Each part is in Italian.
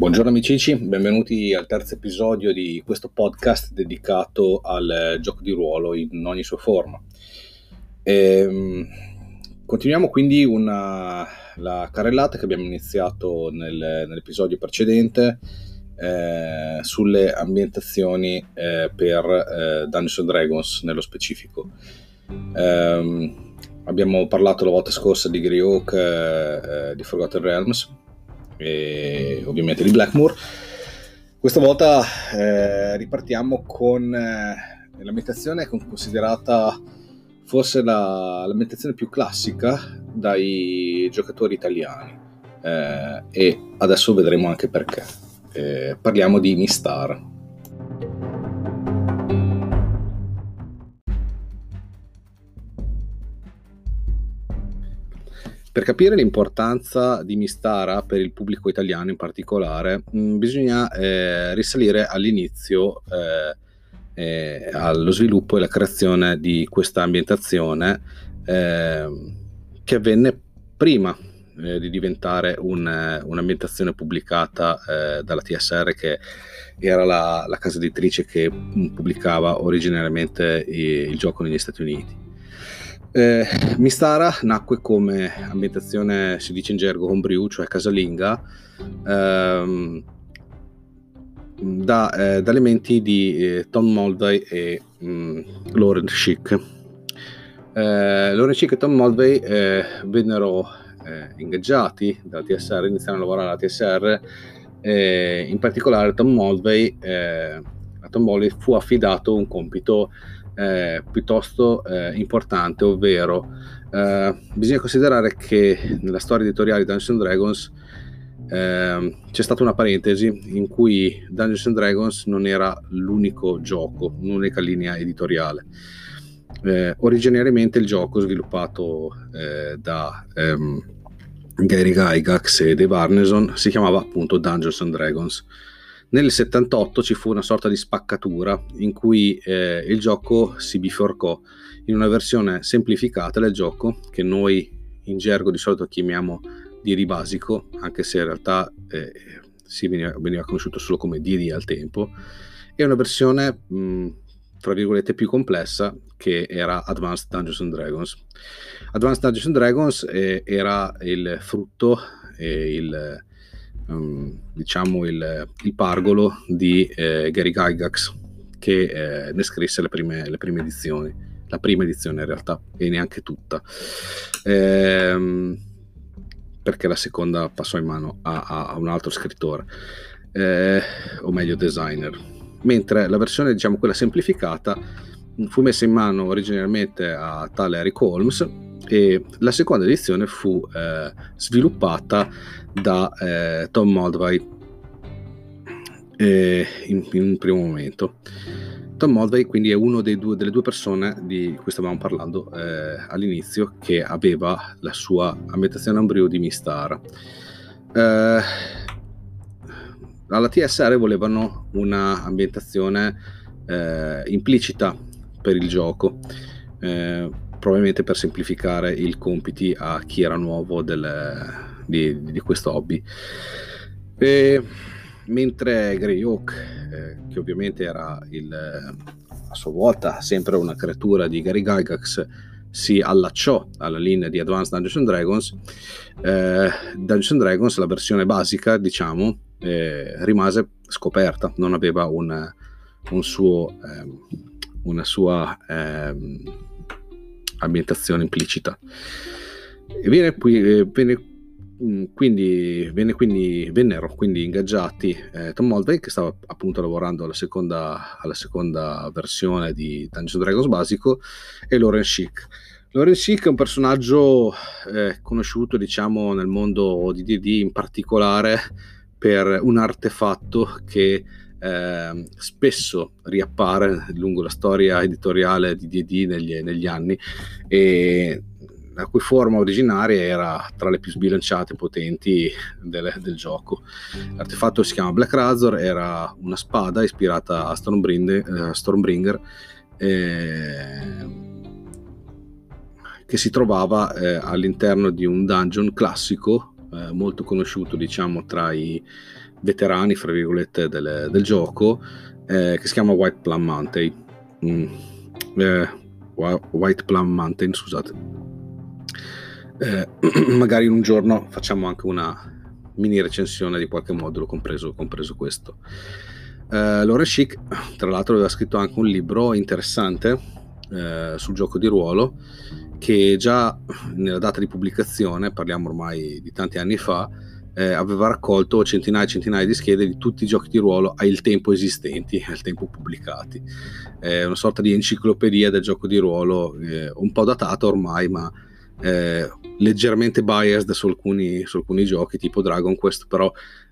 Buongiorno amici, benvenuti al terzo episodio di questo podcast dedicato al gioco di ruolo in ogni sua forma. Continuiamo quindi la carrellata che abbiamo iniziato nell'episodio precedente sulle ambientazioni per Dungeons & Dragons nello specifico. Abbiamo parlato la volta scorsa di Greyhawk, di Forgotten Realms e ovviamente di Blackmoor. Questa volta ripartiamo con l'ambientazione considerata forse l'ambientazione più classica dai giocatori italiani, e adesso vedremo anche perché. Parliamo di Mystara. Per capire l'importanza di Mystara per il pubblico italiano in particolare, bisogna risalire all'inizio, allo sviluppo e alla creazione di questa ambientazione che avvenne prima di diventare un'ambientazione pubblicata dalla TSR, che era la casa editrice che pubblicava originariamente il gioco negli Stati Uniti. Mystara nacque come ambientazione, si dice in gergo, homebrew, cioè casalinga, da elementi di Tom Moldvay e Lauren Schick. Lauren Schick e Tom Moldvay vennero ingaggiati dalla TSR, iniziarono a lavorare alla TSR, in particolare a Tom Moldvay fu affidato un compito piuttosto importante, ovvero bisogna considerare che nella storia editoriale di Dungeons & Dragons c'è stata una parentesi in cui Dungeons & Dragons non era l'unico gioco, l'unica linea editoriale. Originariamente il gioco, sviluppato da Gary Gygax e Dave Arneson, si chiamava appunto Dungeons & Dragons. Nel 78 ci fu una sorta di spaccatura in cui il gioco si biforcò in una versione semplificata del gioco, che noi in gergo di solito chiamiamo D&D basico, anche se in realtà veniva conosciuto solo come D&D al tempo, e una versione tra virgolette più complessa, che era Advanced Dungeons & Dragons. Advanced Dungeons & Dragons era il frutto e il pargolo di Gary Gygax, che ne scrisse le prime edizioni, la prima edizione in realtà, e neanche tutta, perché la seconda passò in mano a un altro scrittore, o meglio designer, mentre la versione, diciamo quella semplificata, fu messa in mano originariamente a tale Eric Holmes, e la seconda edizione fu sviluppata da Tom Moldvay in un primo momento. Tom Moldvay quindi è uno delle due persone di cui stavamo parlando all'inizio, che aveva la sua ambientazione homebrew di Mystara. Alla TSR volevano una ambientazione implicita per il gioco, probabilmente per semplificare i compiti a chi era nuovo di questo hobby. Mentre Greyhawk, che ovviamente era a sua volta sempre una creatura di Gary Gygax, si allacciò alla linea di Advanced Dungeons & Dragons. Dungeons & Dragons, la versione basica, diciamo, rimase scoperta, non aveva una sua ambientazione implicita, e vennero quindi ingaggiati Tom Moldvay, che stava appunto lavorando alla seconda versione di Dungeons & Dragons basico, e Lauren Schick. Lauren Schick è un personaggio conosciuto, diciamo, nel mondo di D&D, in particolare per un artefatto che spesso riappare lungo la storia editoriale di D&D negli anni, e la cui forma originaria era tra le più sbilanciate e potenti del gioco. L'artefatto si chiama Black Razor, era una spada ispirata a Stormbringer, che si trovava all'interno di un dungeon classico molto conosciuto, diciamo, tra i veterani, fra virgolette, del gioco, che si chiama White Plum Mountain. White Plum Mountain, scusate. Magari un giorno facciamo anche una mini recensione di qualche modulo, compreso questo. Lauren Schick, tra l'altro, aveva scritto anche un libro interessante sul gioco di ruolo, che già nella data di pubblicazione, parliamo ormai di tanti anni fa, aveva raccolto centinaia e centinaia di schede di tutti i giochi di ruolo al tempo esistenti, al tempo pubblicati. Una sorta di enciclopedia del gioco di ruolo, un po' datata ormai, ma leggermente biased su alcuni giochi tipo Dragon Quest, però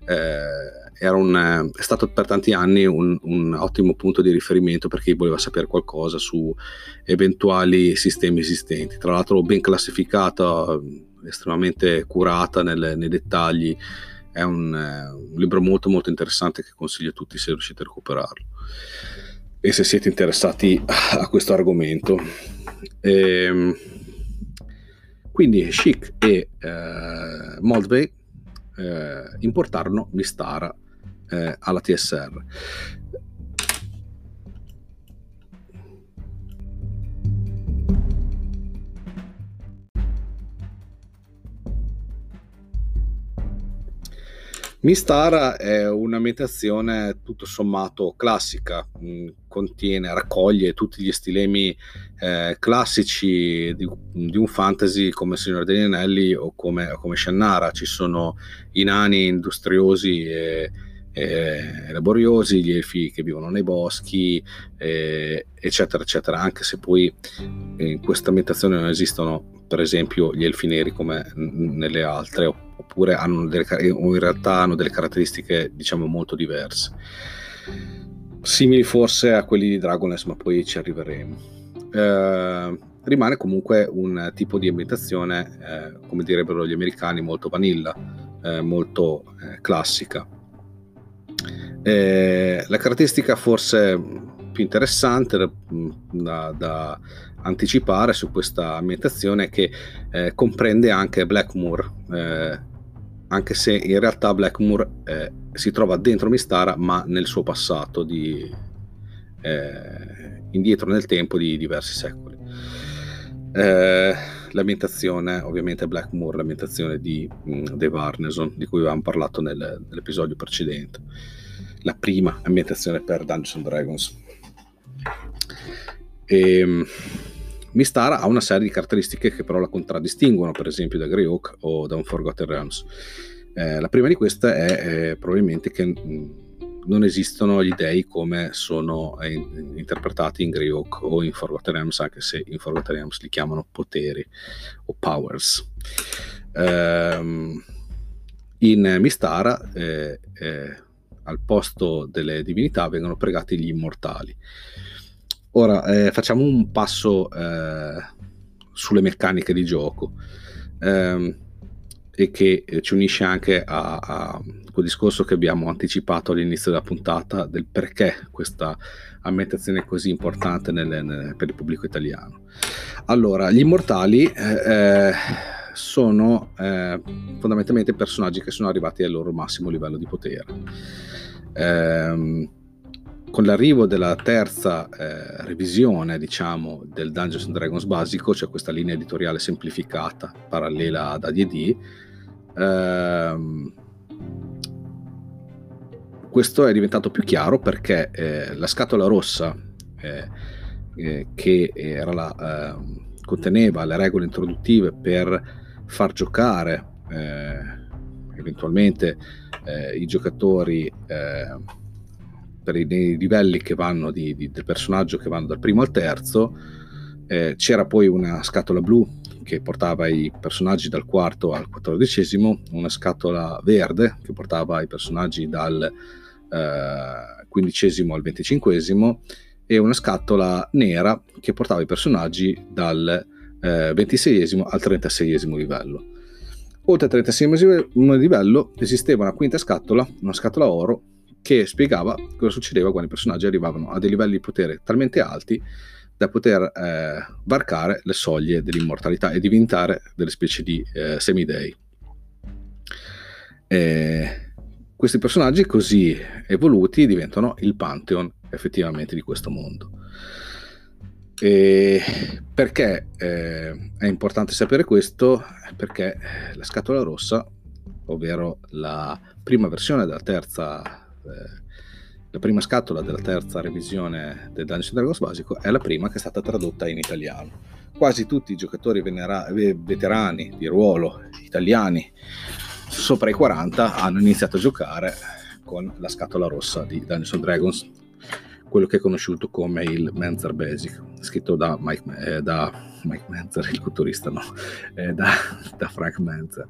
è stato per tanti anni un ottimo punto di riferimento per chi voleva sapere qualcosa su eventuali sistemi esistenti. Tra l'altro ben classificata, estremamente curata nei dettagli. È un libro molto molto interessante che consiglio a tutti se riuscite a recuperarlo e se siete interessati a questo argomento. Quindi Schick e Moldvay importarono Mystara alla TSR. Mystara è un'ambientazione tutto sommato classica, raccoglie tutti gli stilemi classici di un fantasy come Signore degli Anelli o come Shannara. Ci sono i nani industriosi e laboriosi, gli elfi che vivono nei boschi, eccetera eccetera, anche se poi in questa ambientazione non esistono per esempio gli elfi neri come nelle altre, oppure in realtà hanno delle caratteristiche diciamo molto diverse, simili forse a quelli di Dragonlance, ma poi ci arriveremo. Rimane comunque un tipo di ambientazione, come direbbero gli americani, molto vanilla, molto classica. La caratteristica forse più interessante da anticipare su questa ambientazione è che comprende anche Blackmoor, anche se in realtà Blackmoor si trova dentro Mystara ma nel suo passato indietro nel tempo di diversi secoli. L'ambientazione ovviamente è Blackmoor, l'ambientazione di Dave Arneson, di cui avevamo parlato nell'episodio precedente, la prima ambientazione per Dungeons and Dragons. Mystara ha una serie di caratteristiche che però la contraddistinguono, per esempio da Greyhawk o da Unforgotten Realms. La prima di queste è probabilmente che non esistono gli dei come sono interpretati in Greyhawk o in Forgotten Realms, anche se in Forgotten Realms li chiamano poteri o powers. In Mystara al posto delle divinità vengono pregati gli immortali. Ora facciamo un passo sulle meccaniche di gioco e che ci unisce anche a quel discorso che abbiamo anticipato all'inizio della puntata del perché questa ambientazione è così importante per il pubblico italiano. Allora, gli immortali sono fondamentalmente personaggi che sono arrivati al loro massimo livello di potere. Con l'arrivo della terza revisione, diciamo, del Dungeons and Dragons basico, cioè questa linea editoriale semplificata parallela ad AD&D, questo è diventato più chiaro perché la scatola rossa che era conteneva le regole introduttive per far giocare eventualmente i giocatori per i livelli che vanno del personaggio che vanno dal primo al terzo. C'era poi una scatola blu che portava i personaggi dal quarto al 14°, una scatola verde che portava i personaggi dal 15° al 25° e una scatola nera che portava i personaggi dal 26° al 36° livello. Oltre al 36° livello esisteva una quinta scatola, una scatola oro, che spiegava cosa succedeva quando i personaggi arrivavano a dei livelli di potere talmente alti da poter varcare le soglie dell'immortalità e diventare delle specie di semidei. questi personaggi così evoluti diventano il Pantheon effettivamente di questo mondo. E perché è importante sapere questo? Perché la Scatola Rossa, ovvero la prima versione della terza, la prima scatola della terza revisione del Dungeons & Dragons basico, è la prima che è stata tradotta in italiano. Quasi tutti i giocatori veterani di ruolo italiani sopra i 40 hanno iniziato a giocare con la Scatola Rossa di Dungeons & Dragons, quello che è conosciuto come il Menzer Basic, scritto da Mike Menzer, il culturista, no, da Frank Menzer.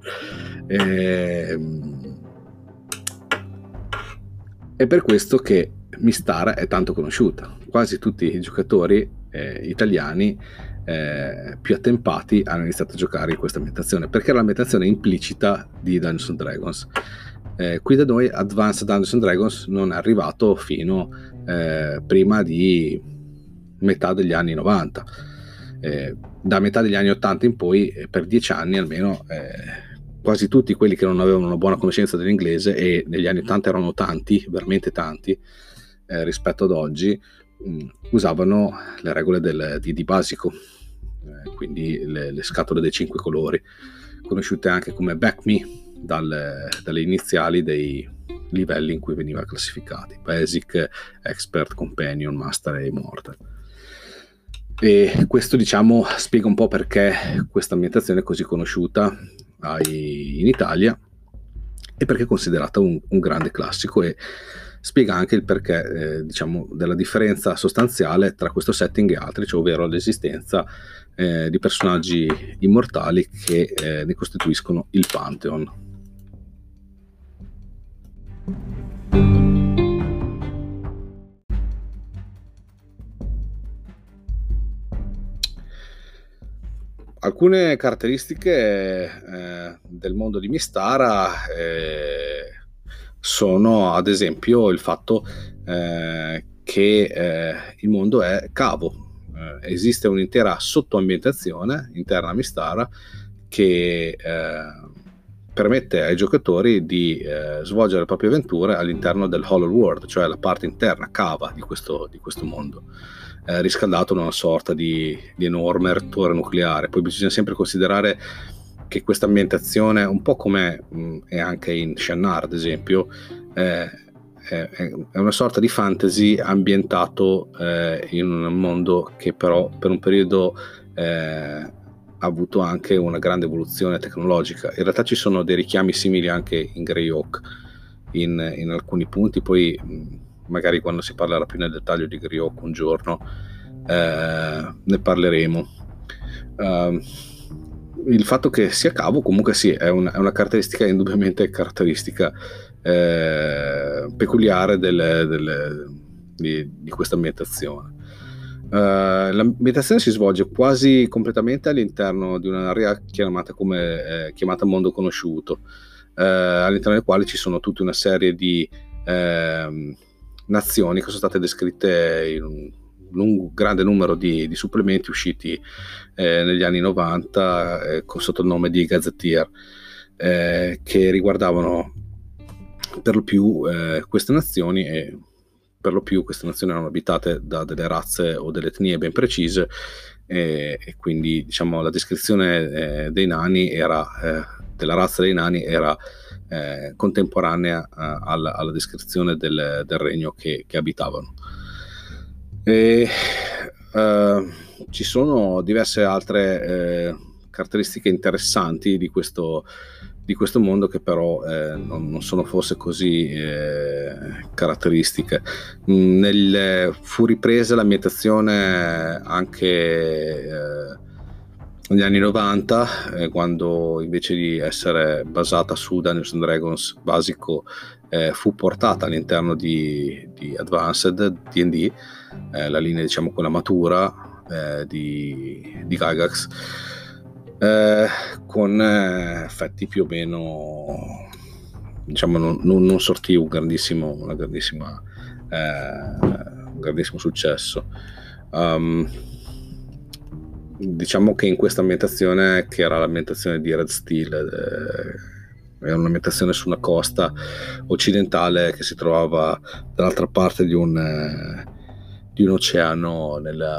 È per questo che Mystara è tanto conosciuta. Quasi tutti i giocatori italiani più attempati hanno iniziato a giocare in questa ambientazione, perché era l'ambientazione implicita di Dungeons & Dragons. Qui da noi Advanced Dungeons & Dragons non è arrivato fino prima di metà degli anni 90. Da metà degli anni 80 in poi, per 10 anni almeno, quasi tutti quelli che non avevano una buona conoscenza dell'inglese, e negli anni 80 erano tanti, veramente tanti, rispetto ad oggi, usavano le regole di basico, quindi le scatole dei 5 colori, conosciute anche come Back Me dalle iniziali dei livelli in cui veniva classificati: Basic, Expert, Companion, Master e Immortal. E questo, diciamo, spiega un po' perché questa ambientazione è così conosciuta in Italia e perché è considerata un grande classico, e spiega anche il perché diciamo della differenza sostanziale tra questo setting e altri, cioè ovvero l'esistenza di personaggi immortali che ne costituiscono il Pantheon. Alcune caratteristiche del mondo di Mystara sono ad esempio il fatto che il mondo è cavo. Esiste un'intera sottoambientazione interna a Mystara che permette ai giocatori di svolgere le proprie avventure all'interno del Hollow World, cioè la parte interna cava di questo mondo, riscaldato in una sorta di enorme reattore nucleare. Poi bisogna sempre considerare che questa ambientazione, un po' come è anche in Shannara ad esempio, è una sorta di fantasy ambientato in un mondo che però per un periodo ha avuto anche una grande evoluzione tecnologica. In realtà ci sono dei richiami simili anche in Greyhawk in alcuni punti, poi magari quando si parlerà più nel dettaglio di Greyhawk un giorno ne parleremo. Il fatto che sia cavo comunque sì, è una caratteristica indubbiamente caratteristica peculiare di questa ambientazione. L'ambientazione si svolge quasi completamente all'interno di un'area chiamata Mondo Conosciuto, all'interno del quale ci sono tutta una serie di nazioni che sono state descritte in un grande numero di supplementi usciti negli anni 90 sotto il nome di Gazetteer, che riguardavano per lo più queste nazioni, e per lo più queste nazioni erano abitate da delle razze o delle etnie ben precise, e quindi diciamo la descrizione dei nani della razza dei nani era contemporanea alla descrizione del regno che abitavano. Ci sono diverse altre caratteristiche interessanti di questo mondo che però non sono forse così caratteristiche. Fu ripresa l'ambientazione anche negli anni 90, quando invece di essere basata su Dungeons & Dragons basico fu portata all'interno di Advanced D&D, la linea diciamo quella matura di Gygax, con effetti più o meno, diciamo, non sortì un grandissimo successo. Diciamo che in questa ambientazione, che era l'ambientazione di Red Steel, era un'ambientazione su una costa occidentale che si trovava dall'altra parte di un oceano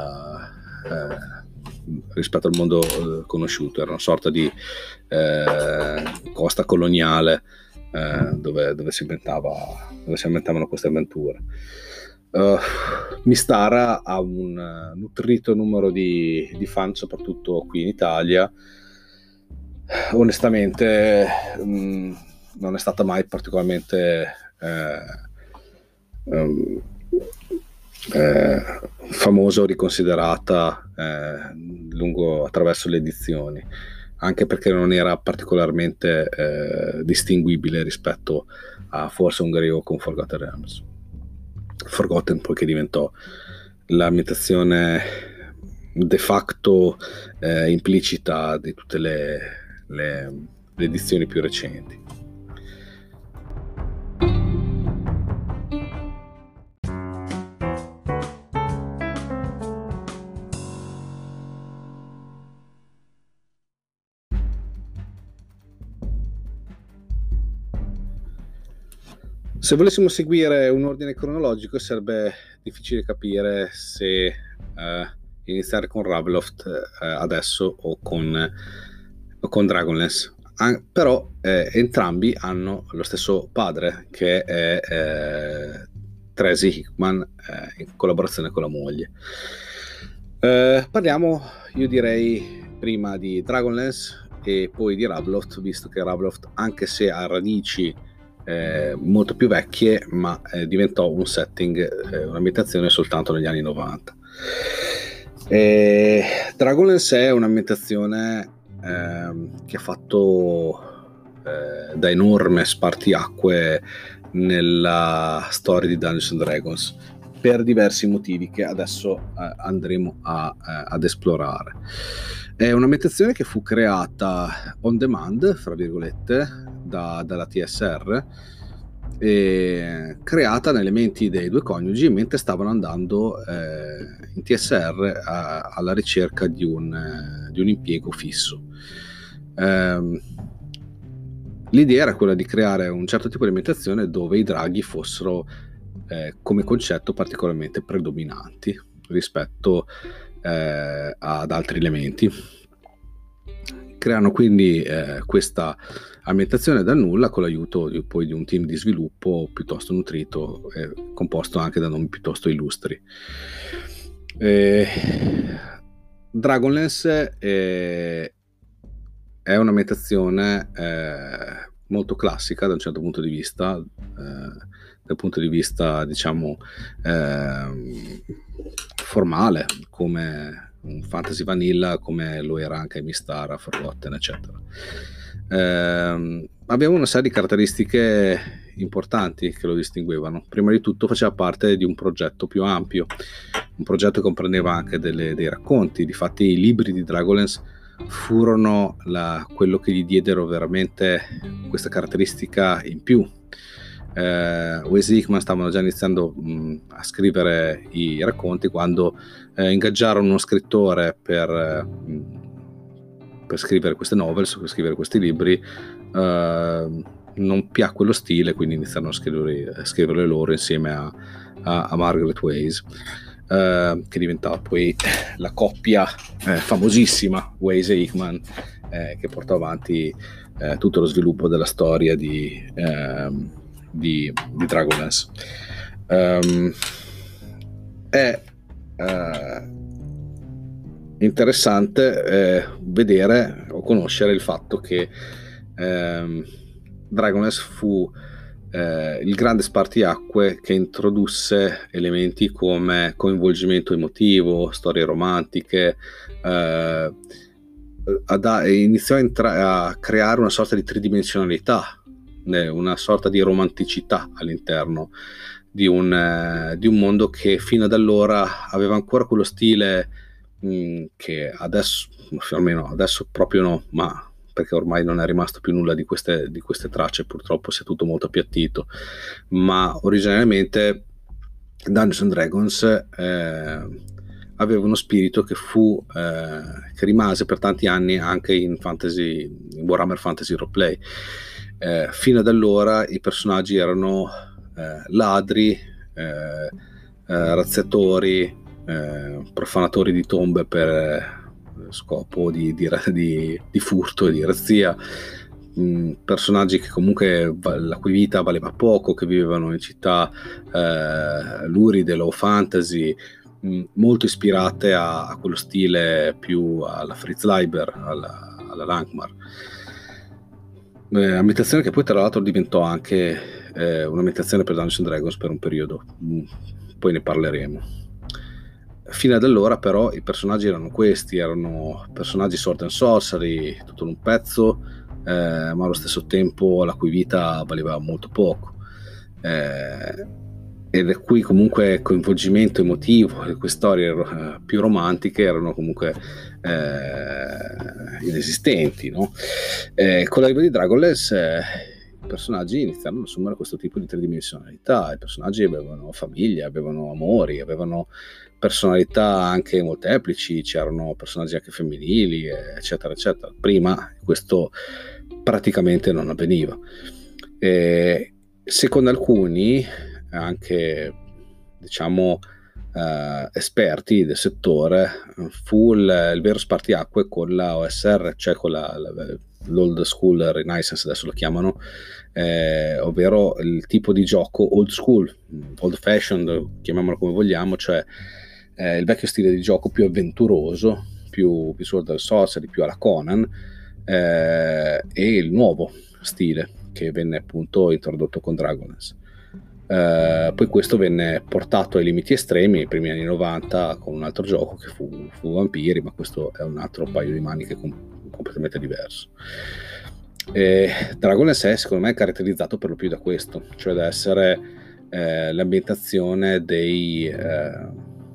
rispetto al mondo conosciuto. Era una sorta di costa coloniale dove si inventavano queste avventure. Mystara ha un nutrito numero di fan, soprattutto qui in Italia. Onestamente non è stata mai particolarmente famosa o riconsiderata attraverso le edizioni, anche perché non era particolarmente distinguibile rispetto a forse un griego con Forgotten Realms. Forgotten poiché diventò l'ambientazione de facto implicita di tutte le edizioni più recenti. Se volessimo seguire un ordine cronologico sarebbe difficile capire se iniziare con Ravenloft adesso o con Dragonlance, però entrambi hanno lo stesso padre, che è Tracy Hickman, in collaborazione con la moglie. Parliamo, io direi, prima di Dragonlance e poi di Ravenloft, visto che Ravenloft, anche se ha radici molto più vecchie, ma diventò un setting, un'ambientazione soltanto negli anni 90. Dragonlance è un'ambientazione che ha fatto da enorme spartiacque nella storia di Dungeons and Dragons, per diversi motivi che adesso andremo ad esplorare. È un'ambientazione che fu creata on demand, fra virgolette, dalla TSR, e creata nelle menti dei due coniugi mentre stavano andando in TSR alla ricerca di un impiego fisso. L'idea era quella di creare un certo tipo di ambientazione dove i draghi fossero come concetto particolarmente predominanti rispetto ad altri elementi. Creano quindi questa ambientazione dal nulla con l'aiuto poi di un team di sviluppo piuttosto nutrito, composto anche da nomi piuttosto illustri. Dragonlance è un'ambientazione molto classica da un certo punto di vista, dal punto di vista diciamo formale, come un fantasy vanilla, come lo era anche Mystara, Forgotten, eccetera. Abbiamo una serie di caratteristiche importanti che lo distinguevano. Prima di tutto faceva parte di un progetto più ampio, un progetto che comprendeva anche dei racconti. Difatti i libri di Dragonlance furono quello che gli diedero veramente questa caratteristica in più. Wes e Hickman stavano già iniziando a scrivere i racconti quando ingaggiarono uno scrittore per scrivere queste novels, per scrivere questi libri. Non piacque lo stile, quindi iniziarono a scriverle loro insieme a Margaret Weis, che diventava poi la coppia famosissima Weis e Hickman, che portò avanti tutto lo sviluppo della storia di Dragonlance. È interessante vedere o conoscere il fatto che Dragonlance fu il grande spartiacque che introdusse elementi come coinvolgimento emotivo, storie romantiche, iniziò a creare una sorta di tridimensionalità, una sorta di romanticità all'interno di un mondo che fino ad allora aveva ancora quello stile che adesso, almeno adesso proprio no, ma perché ormai non è rimasto più nulla di queste tracce, purtroppo si è tutto molto appiattito, ma originariamente Dungeons and Dragons aveva uno spirito che rimase per tanti anni anche in Warhammer Fantasy Roleplay, Fino ad allora i personaggi erano ladri, razziatori, profanatori di tombe per scopo di furto e di razzia, personaggi che comunque la cui vita valeva poco, che vivevano in città luride, low fantasy, molto ispirate a quello stile più alla Fritz Leiber, alla Langmar. Ambientazione che poi tra l'altro diventò anche un'ambientazione per Dungeons & Dragons per un periodo, poi ne parleremo. Fino ad allora però i personaggi erano questi, erano personaggi sword and sorcery, tutto in un pezzo, ma allo stesso tempo la cui vita valeva molto poco, e da cui comunque coinvolgimento emotivo, le cui storie più romantiche erano comunque inesistenti, no? Con l'arrivo di Dragonlance i personaggi iniziarono ad assumere questo tipo di tridimensionalità. I personaggi avevano famiglia, avevano amori, avevano personalità anche molteplici, c'erano personaggi anche femminili, eccetera eccetera. Prima questo praticamente non avveniva. Secondo alcuni, anche diciamo esperti del settore, fu il vero spartiacque con la OSR, cioè con l'Old School Renaissance, adesso lo chiamano, ovvero il tipo di gioco old school, old fashioned, chiamiamolo come vogliamo, cioè il vecchio stile di gioco più avventuroso, più Sword and Sorcery, più alla Conan, e il nuovo stile che venne appunto introdotto con Dragonlance. Poi questo venne portato ai limiti estremi nei primi anni 90 con un altro gioco che fu Vampiri, ma questo è un altro paio di maniche completamente diverso. Dragonlance è secondo me caratterizzato per lo più da questo, cioè da essere l'ambientazione delle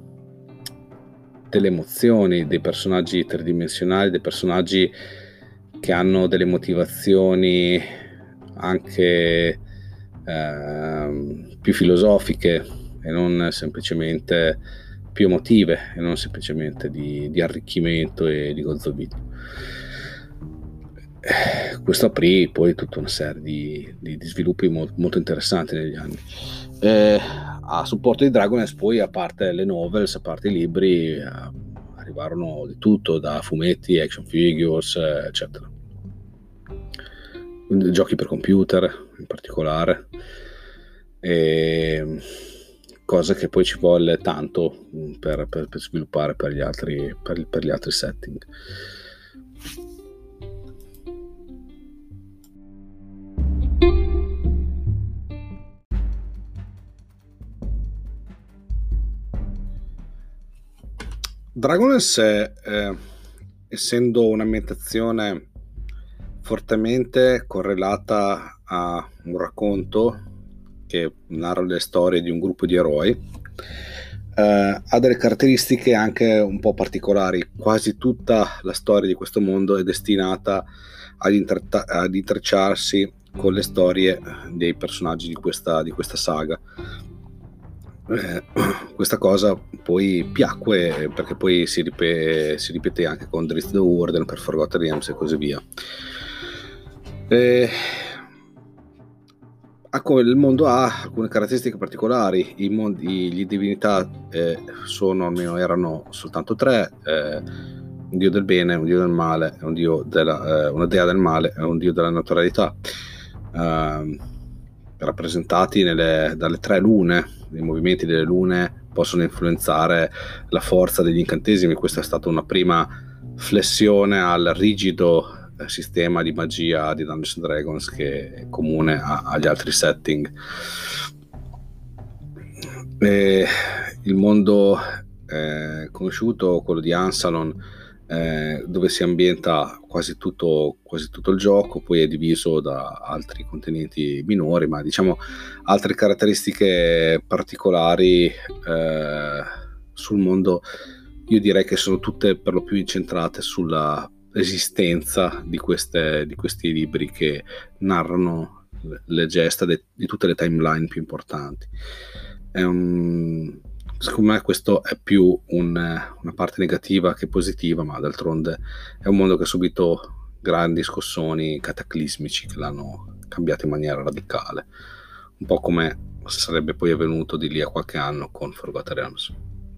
emozioni, dei personaggi tridimensionali, dei personaggi che hanno delle motivazioni anche più filosofiche e non semplicemente più emotive e non semplicemente di arricchimento e di gozzovito. Questo aprì poi tutta una serie di sviluppi molto interessanti negli anni. A supporto di Dragonlance poi, a parte le novels, a parte i libri, arrivarono di tutto, da fumetti, action figures, eccetera, giochi per computer in particolare, e cosa che poi ci volle tanto per sviluppare per gli altri setting. Dragonlance essendo un'ambientazione fortemente correlata a un racconto che narra le storie di un gruppo di eroi, ha delle caratteristiche anche un po' particolari. Quasi tutta la storia di questo mondo è destinata ad intrecciarsi con le storie dei personaggi di questa saga. Questa cosa poi piacque perché poi si ripete anche con Drizzt Do'Urden per Forgotten Realms e così via. Il mondo ha alcune caratteristiche particolari. Gli divinità erano soltanto tre: un dio del bene, un dio del male, una dea del male e un dio della naturalità, rappresentati dalle tre lune. I movimenti delle lune possono influenzare la forza degli incantesimi. Questa è stata una prima flessione al rigido sistema di magia di Dungeons & Dragons che è comune agli altri setting. Il mondo conosciuto, quello di Ansalon, dove si ambienta quasi tutto il gioco, poi è diviso da altri contenuti minori, ma diciamo altre caratteristiche particolari sul mondo. Io direi che sono tutte per lo più incentrate sulla esistenza di questi libri che narrano le gesta di tutte le timeline più importanti. Secondo me questo è più una parte negativa che positiva, ma d'altronde è un mondo che ha subito grandi scossoni cataclismici che l'hanno cambiato in maniera radicale, un po' come sarebbe poi avvenuto di lì a qualche anno con Forgotten Realms.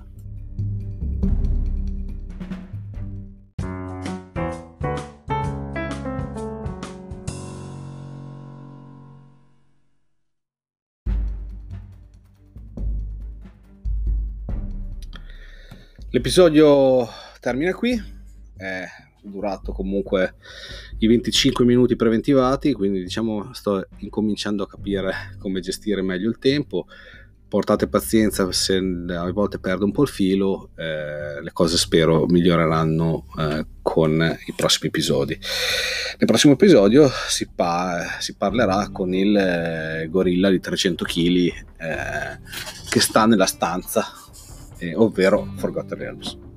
L'episodio termina qui, è durato comunque i 25 minuti preventivati, quindi diciamo sto incominciando a capire come gestire meglio il tempo. Portate pazienza se a volte perdo un po' il filo, le cose spero miglioreranno con i prossimi episodi. Nel prossimo episodio si parlerà con il gorilla di 300 kg che sta nella stanza, ovvero Forgotten Realms.